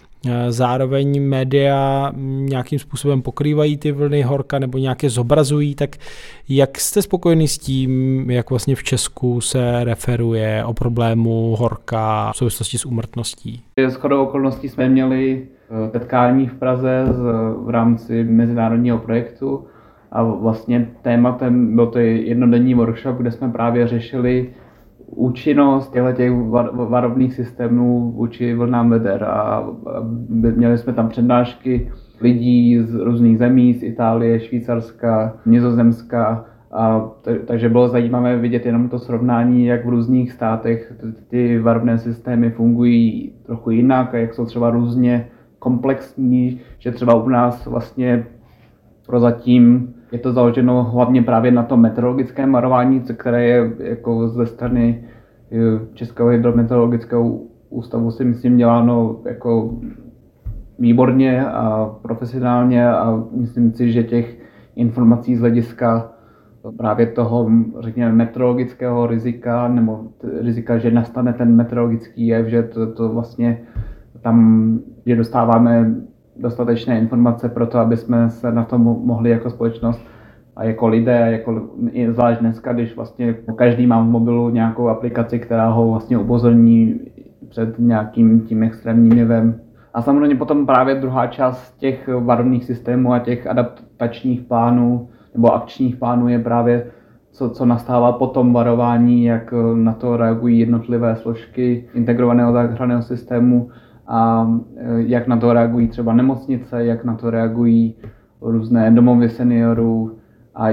Zároveň média nějakým způsobem pokrývají ty vlny horka nebo nějaké zobrazují, tak jak jste spokojený s tím, jak vlastně v Česku se referuje o problému horka v souvislosti s úmrtností? Shodou okolností jsme měli setkání v Praze v rámci mezinárodního projektu a vlastně tématem byl to jednodenní workshop, kde jsme právě řešili účinnost těch varovných systémů vůči vlnám veder a měli jsme tam přednášky lidí z různých zemí, z Itálie, Švýcarska, Nizozemska a takže bylo zajímavé vidět jenom to srovnání, jak v různých státech ty varovné systémy fungují trochu jinak a jak jsou třeba různě komplexní, že třeba u nás vlastně prozatím je to založeno hlavně právě na tom meteorologickém varování, které je jako ze strany Českého hydrometeorologického ústavu si myslím děláno jako výborně a profesionálně a myslím si, že těch informací z hlediska právě toho, řekněme, meteorologického rizika nebo rizika, že nastane ten meteorologický jev, že to vlastně tam, že dostáváme dostatečné informace pro to, aby jsme se na tom mohli jako společnost a jako lidé, jako, zvlášť dneska, když vlastně každý má v mobilu nějakou aplikaci, která ho vlastně upozorní před nějakým tím extrémním jevem. A samozřejmě potom právě druhá část těch varovných systémů a těch adaptačních plánů nebo akčních plánů je právě co nastává po tom varování, jak na to reagují jednotlivé složky integrovaného záchranného systému a jak na to reagují třeba nemocnice, jak na to reagují různé domovy seniorů a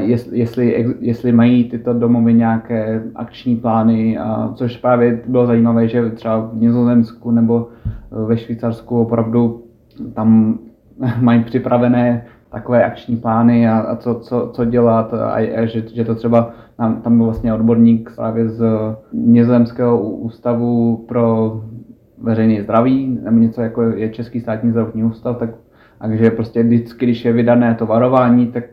jestli mají tyto domovy nějaké akční plány, a což právě bylo zajímavé, že třeba v Nizozemsku nebo ve Švýcarsku opravdu tam mají připravené takové akční plány a co dělat a že to třeba tam byl vlastně odborník právě z Nizozemského ústavu pro veřejné zdraví, nebo něco jako je Český státní zdravotní ústav, takže prostě vždycky, když je vydané to varování, tak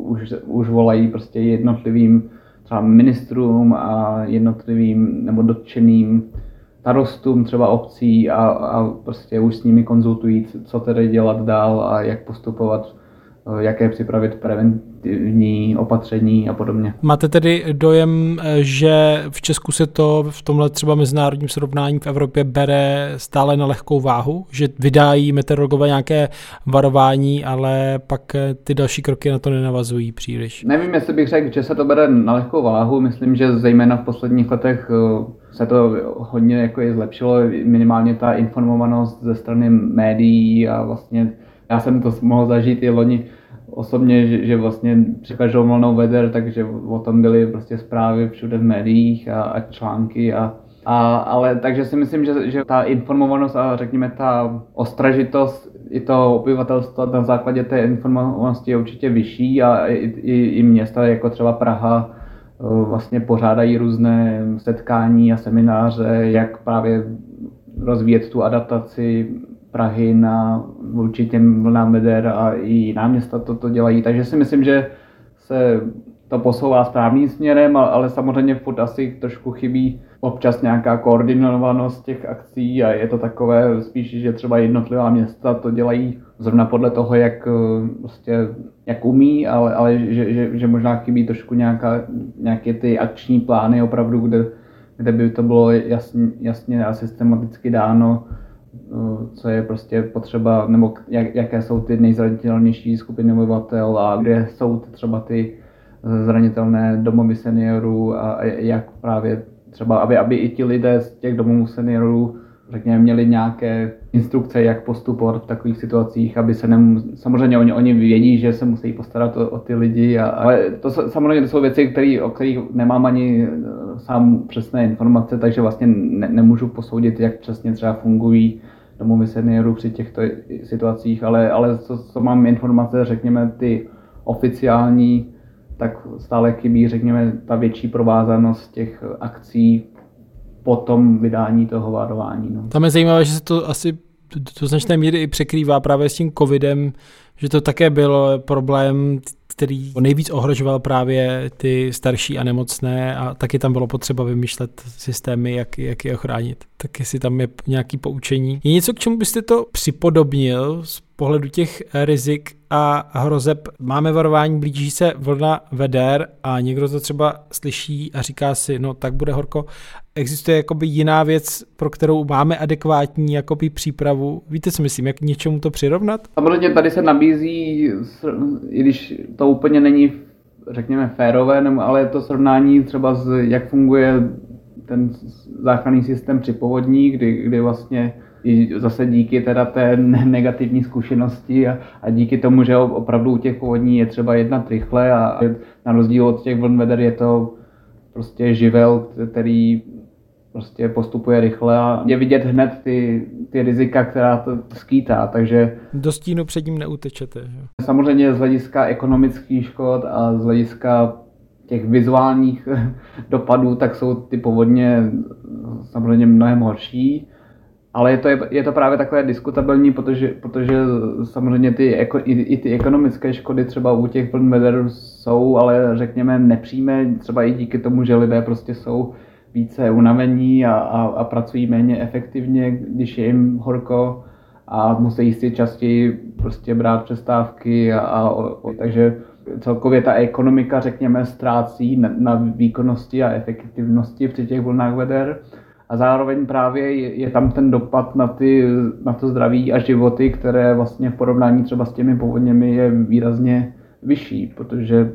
už volají prostě jednotlivým třeba ministrům a jednotlivým nebo dotčeným starostům třeba obcí a prostě už s nimi konzultují, co tedy dělat dál a jak postupovat, jaké připravit preventivní opatření a podobně. Máte tedy dojem, že v Česku se to v tomhle třeba mezinárodním srovnání v Evropě bere stále na lehkou váhu? Že vydají meteorologové nějaké varování, ale pak ty další kroky na to nenavazují příliš? Nevím, jestli bych řekl, že se to bere na lehkou váhu. Myslím, že zejména v posledních letech se to hodně jako je zlepšilo, minimálně ta informovanost ze strany médií a vlastně já jsem to mohl zažít i loni osobně, že vlastně při každou vlnou veder, takže o tom byly prostě zprávy všude v médiích a články ale takže si myslím, že ta informovanost a řekněme ta ostražitost i toho obyvatelstva na základě té informovanosti je určitě vyšší a i města jako třeba Praha vlastně pořádají různé setkání a semináře, jak právě rozvíjet tu adaptaci Prahy vůči těm vlnám veder a i jiná města to dělají. Takže si myslím, že se to posouvá správným směrem, ale samozřejmě furt asi trošku chybí občas nějaká koordinovanost těch akcí a je to takové spíš, že třeba jednotlivá města to dělají zrovna podle toho, jak umí, ale že možná chybí trošku nějaké ty akční plány opravdu, kde by to bylo jasně a systematicky dáno, co je prostě potřeba, nebo jaké jsou ty nejzranitelnější skupiny obyvatel a kde jsou třeba ty zranitelné domovy seniorů a jak právě třeba, aby i ti lidé z těch domovů seniorů, řekněme, měli nějaké instrukce, jak postupovat v takových situacích, aby se samozřejmě oni vědí, že se musí postarat o ty lidi, ale to samozřejmě jsou věci, o kterých nemám ani sám přesné informace, takže vlastně nemůžu posoudit, jak přesně třeba fungují domovy seniorů při těchto situacích, ale co mám informace, řekněme, ty oficiální, tak stále chybí, řekněme, ta větší provázanost těch akcí po tom vydání toho varování. No. Tam je zajímavé, že se to asi do značné míry i překrývá právě s tím covidem, že to také byl problém, který nejvíc ohrožoval právě ty starší a nemocné a taky tam bylo potřeba vymýšlet systémy, jak je ochránit. Tak jestli tam je nějaké poučení. Je něco, k čemu byste to připodobnil z pohledu těch rizik a hrozeb? Máme varování, blíží se vlna veder a někdo to třeba slyší a říká si, no tak bude horko. Existuje jakoby jiná věc, pro kterou máme adekvátní jakoby přípravu? Víte, co myslím, jak něčemu to přirovnat? Samozřejmě tady se nabízí, i když to úplně není, řekněme, férové, ale je to srovnání třeba jak funguje ten záchranný systém při povodní, kdy vlastně zase díky teda té negativní zkušenosti a díky tomu, že opravdu u těch povodní je třeba jednat rychle a na rozdíl od těch vln veder je to prostě živel, který prostě postupuje rychle a je vidět hned ty rizika, která to skýtá, takže do stínu před ním neutečete. Že? Samozřejmě z hlediska ekonomických škod a z hlediska těch vizuálních dopadů, tak jsou ty povodně samozřejmě mnohem horší, ale je to právě takové diskutabilní, protože samozřejmě i ty ekonomické škody třeba u těch vln veder jsou, ale řekněme nepřímé, třeba i díky tomu, že lidé prostě jsou více unavení a pracují méně efektivně, když je jim horko a musí si častěji prostě brát přestávky takže celkově ta ekonomika, řekněme, ztrácí na výkonnosti a efektivnosti při těch vlnách veder a zároveň právě je tam ten dopad na to zdraví a životy, které vlastně v porovnání třeba s těmi povodněmi je výrazně vyšší, protože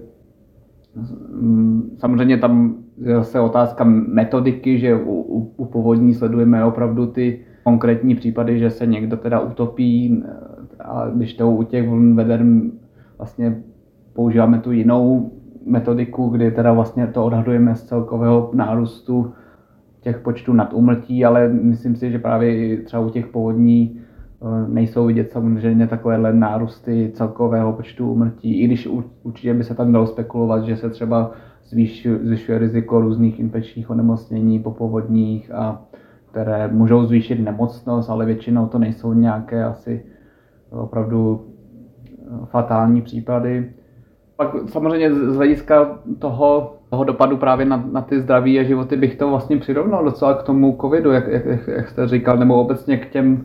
samozřejmě tam je zase otázka metodiky, že u povodní sledujeme opravdu ty konkrétní případy, že se někdo teda utopí a když to u těch vln veder vlastně používáme tu jinou metodiku, kdy teda vlastně to odhadujeme z celkového nárůstu těch počtů nad úmrtí, ale myslím si, že právě třeba u těch povodní nejsou vidět samozřejmě takovéhle nárůsty celkového počtu úmrtí, i když určitě by se tam dalo spekulovat, že se třeba zvyšuje riziko různých infekčních onemocnění po povodních, a které můžou zvýšit nemocnost, ale většinou to nejsou nějaké asi opravdu fatální případy. Pak samozřejmě z hlediska toho dopadu právě na ty zdraví a životy bych to vlastně přirovnal docela k tomu covidu, jak jste říkal, nebo obecně k těm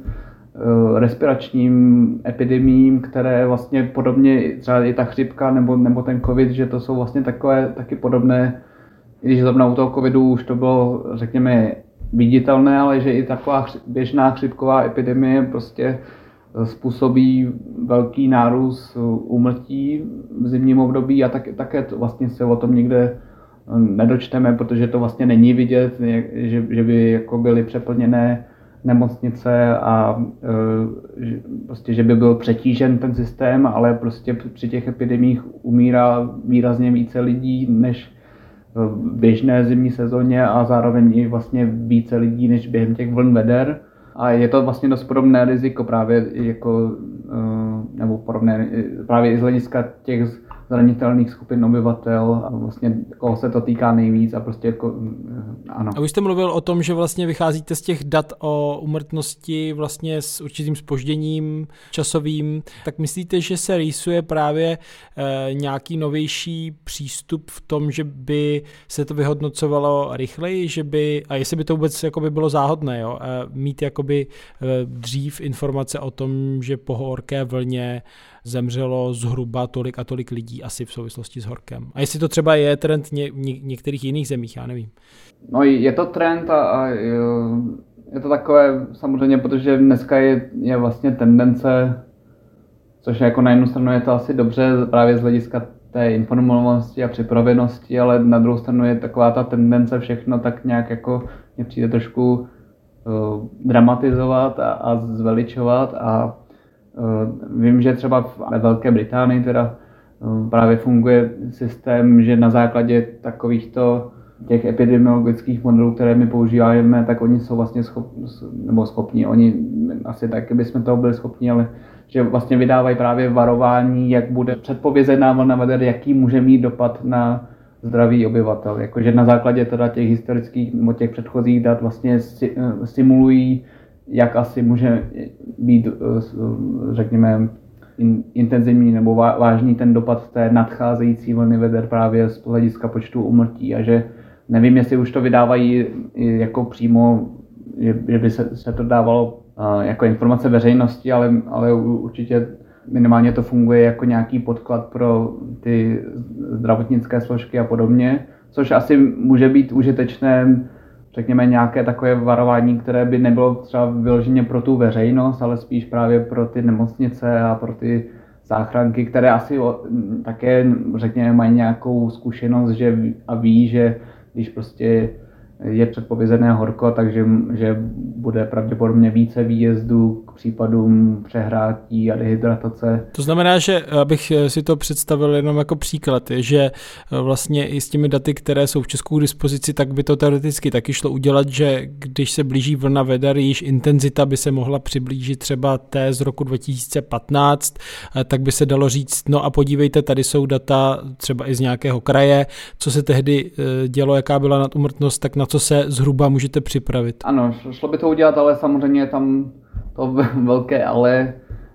respiračním epidemiím, které vlastně podobně, třeba i ta chřipka nebo ten covid, že to jsou vlastně takové taky podobné, i když zrovna u toho covidu už to bylo, řekněme, viditelné, ale že i taková běžná chřipková epidemie prostě způsobí velký nárůst úmrtí v zimním období a také to vlastně se o tom nikde nedočteme, protože to vlastně není vidět, že by jako byly přeplněné nemocnice a prostě, že by byl přetížen ten systém, ale prostě při těch epidemiích umírá výrazně více lidí než v běžné zimní sezóně a zároveň i vlastně více lidí než během těch vln veder. A je to vlastně dost podobné riziko právě jako, nebo podobné právě i z hlediska těch zranitelných skupin obyvatel a vlastně koho se to týká nejvíc a prostě jako, ano. A už jste mluvil o tom, že vlastně vycházíte z těch dat o úmrtnosti vlastně s určitým zpožděním časovým, tak myslíte, že se rýsuje právě nějaký novější přístup v tom, že by se to vyhodnocovalo rychleji, že by, a jestli by to vůbec jakoby bylo záhodné, jo, mít jakoby dřív informace o tom, že po horké vlně zemřelo zhruba tolik a tolik lidí asi v souvislosti s horkem. A jestli to třeba je trend některých jiných zemích, já nevím. No je to trend a je to takové samozřejmě, protože dneska je vlastně tendence, což jako na jednu stranu je to asi dobře právě z hlediska té informovanosti a připravenosti, ale na druhou stranu je taková ta tendence všechno tak nějak jako mě přijde trošku dramatizovat a zveličovat a vím, že třeba ve Velké Británii teda právě funguje systém, že na základě takovýchto těch epidemiologických modelů, které my používáme, tak oni jsou vlastně schopni, oni asi taky bychom toho byli schopni, ale že vlastně vydávají právě varování, jak bude předpovězená vlna veder, jaký může mít dopad na zdraví obyvatel. Jakože na základě teda těch historických nebo těch předchozích dat vlastně simulují, jak asi může být, řekněme, intenzivní nebo vážný ten dopad té nadcházející vlny veder právě z hlediska počtu úmrtí a že nevím, jestli už to vydávají jako přímo, že by se to dávalo jako informace veřejnosti, ale určitě minimálně to funguje jako nějaký podklad pro ty zdravotnické složky a podobně, což asi může být užitečné, řekněme, nějaké takové varování, které by nebylo třeba vyloženě pro tu veřejnost, ale spíš právě pro ty nemocnice a pro ty záchranky, které asi také, řekněme, mají nějakou zkušenost a ví, že když prostě je předpovězené horko, takže že bude pravděpodobně více výjezdů k případům přehrátí a dehydratace. To znamená, že abych si to představil jenom jako příklad, je, že vlastně i s těmi daty, které jsou v Česku k dispozici, tak by to teoreticky taky šlo udělat, že když se blíží vlna veder, již intenzita by se mohla přiblížit třeba té z roku 2015, tak by se dalo říct, no a podívejte, tady jsou data třeba i z nějakého kraje, co se tehdy dělo, jaká byla nadúmrtnost, tak na co se zhruba můžete připravit? Ano, šlo by to udělat, ale samozřejmě je tam to velké ale,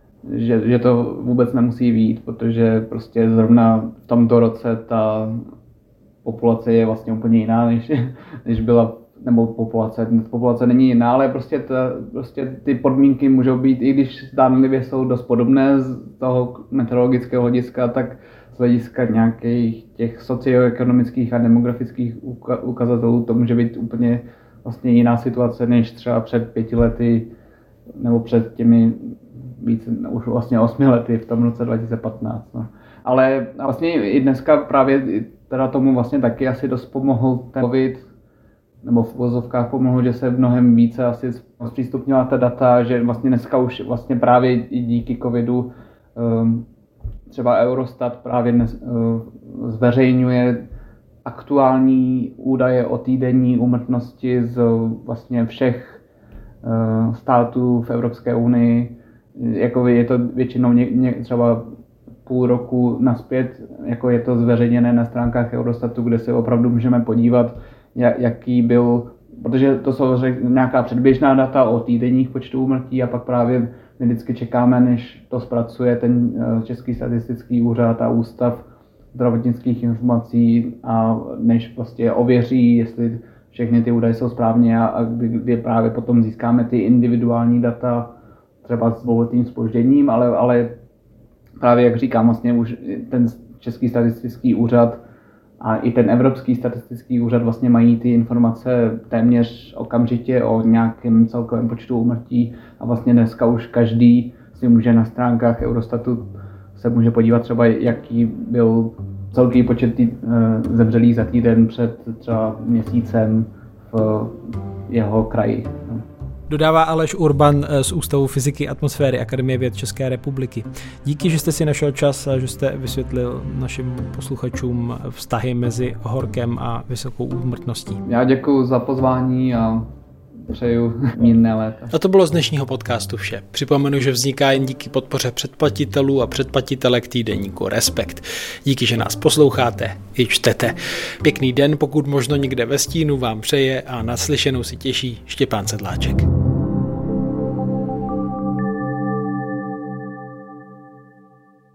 že to vůbec nemusí být, protože prostě zrovna v tomto roce ta populace je vlastně úplně jiná, než byla, nebo populace není jiná, ale prostě ty podmínky můžou být, i když zdánlivě jsou dost podobné z toho meteorologického hlediska, tak z hlediska nějakých těch socioekonomických a demografických ukazatelů to může být úplně vlastně jiná situace, než třeba před 5 lety nebo před těmi už vlastně 8 lety v tom roce 2015. No. Ale vlastně i dneska právě teda tomu vlastně taky asi dost pomohl ten COVID, nebo v uvozovkách pomohlo, že se mnohem více asi zpřístupnila ta data, že vlastně dneska už vlastně právě i díky covidu třeba Eurostat právě zveřejňuje aktuální údaje o týdenní úmrtnosti z vlastně všech států v Evropské unii. Jako je to většinou třeba půl roku nazpět, jako je to zveřejněné na stránkách Eurostatu, kde se opravdu můžeme podívat, jaký byl, protože to jsou nějaká předběžná data o týdenních počtu úmrtí a pak právě my vždycky čekáme, než to zpracuje ten Český statistický úřad a Ústav zdravotnických informací a než vlastně ověří, jestli všechny ty údaje jsou správně a kdy právě potom získáme ty individuální data třeba s dvouletým zpožděním, ale právě jak říkám, vlastně už ten Český statistický úřad a i ten Evropský statistický úřad vlastně mají ty informace téměř okamžitě o nějakém celkovém počtu úmrtí a vlastně dneska už každý si může na stránkách Eurostatu se může podívat třeba, jaký byl celkový počet zemřelých za týden před třeba měsícem v jeho kraji. Dodává Aleš Urban z Ústavu fyziky atmosféry Akademie věd České republiky. Díky, že jste si našel čas a že jste vysvětlil našim posluchačům vztahy mezi horkem a vysokou úmrtností. Já děkuji za pozvání a přeju mírné léto. A to bylo z dnešního podcastu vše. Připomenu, že vzniká jen díky podpoře předplatitelů a předplatitelek týdeníku Respekt. Díky, že nás posloucháte i čtete. Pěkný den, pokud možno někde ve stínu, vám přeje a naslyšenou si těší Štěpán Sedláček.